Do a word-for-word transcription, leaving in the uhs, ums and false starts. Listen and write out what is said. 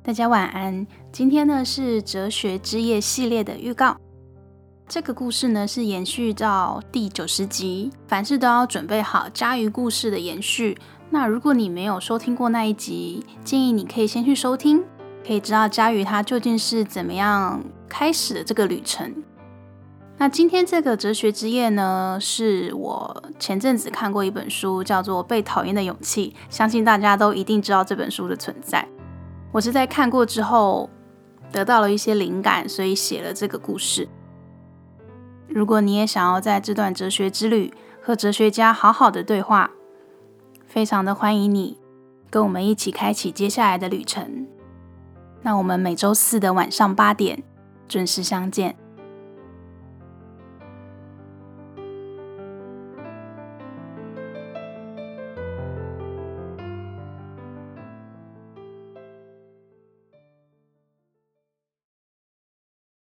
大家晚安。今天呢是哲学之夜系列的预告。这个故事呢是延续到第九十集，凡事都要准备好家瑜故事的延续。那如果你没有收听过那一集，建议你可以先去收听，可以知道家瑜他究竟是怎么样开始的这个旅程。那今天这个哲学之夜呢，是我前阵子看过一本书，叫做《被讨厌的勇气》，相信大家都一定知道这本书的存在。我是在看过之后得到了一些灵感，所以写了这个故事。如果你也想要在这段哲学之旅和哲学家好好的对话，非常的欢迎你跟我们一起开启接下来的旅程。那我们每周四的晚上八点准时相见。